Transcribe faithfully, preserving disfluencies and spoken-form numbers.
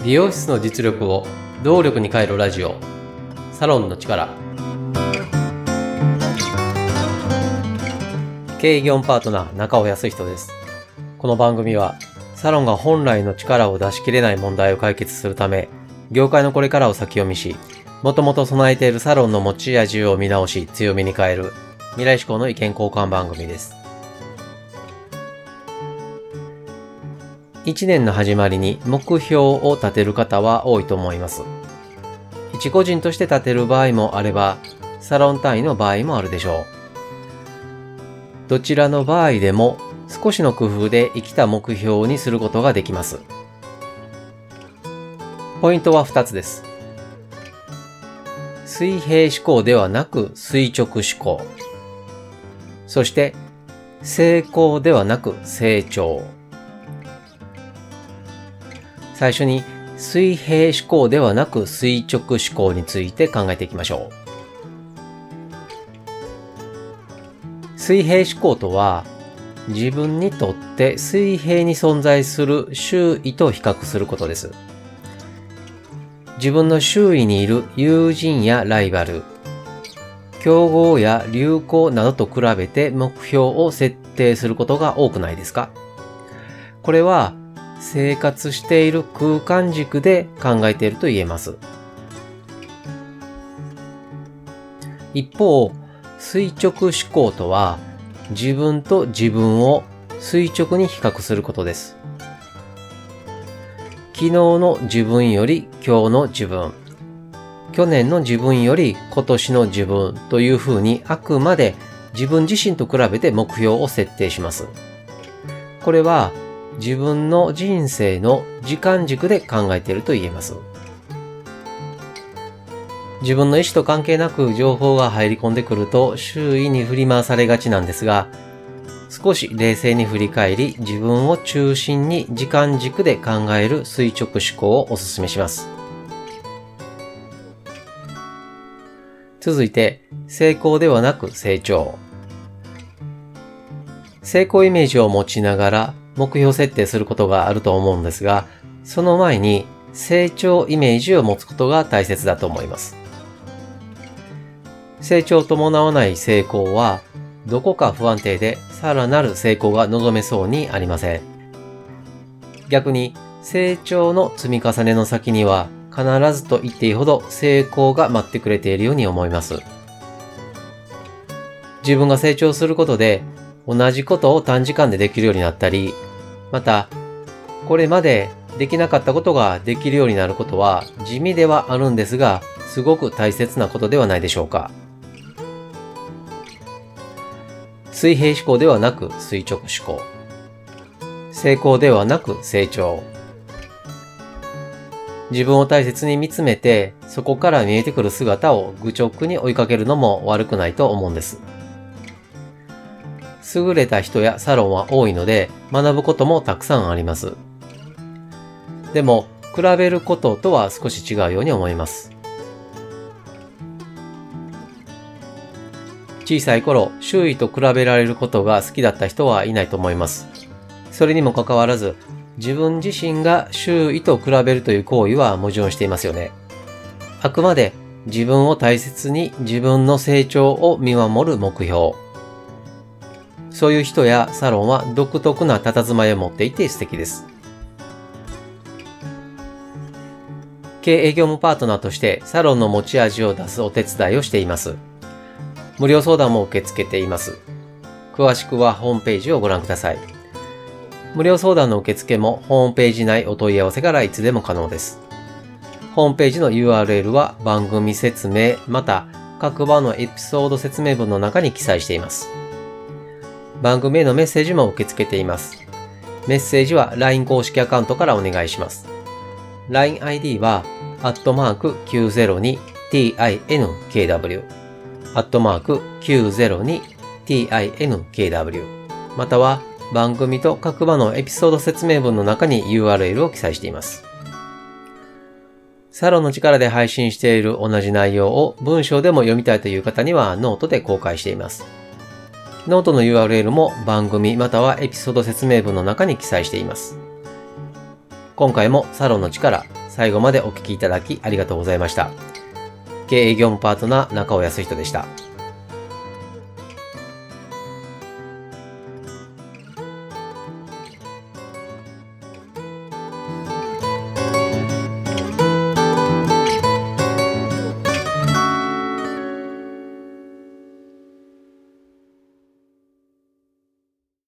美容室の実力を動力に変えるラジオ、サロンの力。経営業務パートナー中尾康人です。この番組はサロンが本来の力を出し切れない問題を解決するため、業界のこれからを先読みし、もともと備えているサロンの持ち味を見直し強みに変える未来志向の意見交換番組です。一年の始まりに目標を立てる方は多いと思います。一個人として立てる場合もあれば、サロン単位の場合もあるでしょう。どちらの場合でも少しの工夫で生きた目標にすることができます。ポイントはふたつです。水平思考ではなく垂直思考。そして成功ではなく成長。最初に水平思考ではなく垂直思考について考えていきましょう。水平思考とは、自分にとって水平に存在する周囲と比較することです。自分の周囲にいる友人やライバル、競合や流行などと比べて目標を設定することが多くないですか？これは生活している空間軸で考えていると言えます。一方、垂直思考とは自分と自分を垂直に比較することです。昨日の自分より今日の自分、去年の自分より今年の自分というふうにあくまで自分自身と比べて目標を設定します。これは自分の人生の時間軸で考えていると言えます。自分の意思と関係なく情報が入り込んでくると周囲に振り回されがちなんですが、少し冷静に振り返り自分を中心に時間軸で考える垂直思考をお勧めします。続いて、成功ではなく成長。成功イメージを持ちながら目標設定することがあると思うんですが、その前に成長イメージを持つことが大切だと思います。成長を伴わない成功は、どこか不安定でさらなる成功が望めそうにありません。逆に成長の積み重ねの先には必ずと言っていいほど成功が待ってくれているように思います。自分が成長することで同じことを短時間でできるようになったり、またこれまでできなかったことができるようになることは地味ではあるんですが、すごく大切なことではないでしょうか。水平思考ではなく垂直思考。成功ではなく成長。自分を大切に見つめて、そこから見えてくる姿を愚直に追いかけるのも悪くないと思うんです。優れた人やサロンは多いので、学ぶこともたくさんあります。でも、比べることとは少し違うように思います。小さい頃、周囲と比べられることが好きだった人はいないと思います。それにもかかわらず、自分自身が周囲と比べるという行為は矛盾していますよね。あくまで自分を大切に自分の成長を見守る目標。そういう人やサロンは独特な佇まいを持っていて素敵です。経営業務パートナーとしてサロンの持ち味を出すお手伝いをしています。無料相談も受け付けています。詳しくはホームページをご覧ください。無料相談の受付もホームページ内お問い合わせからいつでも可能です。ホームページの ユーアールエル は番組説明また各番のエピソード説明文の中に記載しています。番組へのメッセージも受け付けています。メッセージは ライン 公式アカウントからお願いします。ラインアイディー はアットマーク きゅうぜろにティーアイエヌケーダブリューアットマーク きゅうぜろにティーアイエヌケーダブリュー または番組と各場のエピソード説明文の中に ユーアールエル を記載しています。サロンの力で配信している同じ内容を文章でも読みたいという方にはノートで公開しています。ノートの ユーアールエル も番組またはエピソード説明文の中に記載しています。今回もサロンの力、 最後までお聞きいただきありがとうございました。経営業務パートナー中尾康人でした。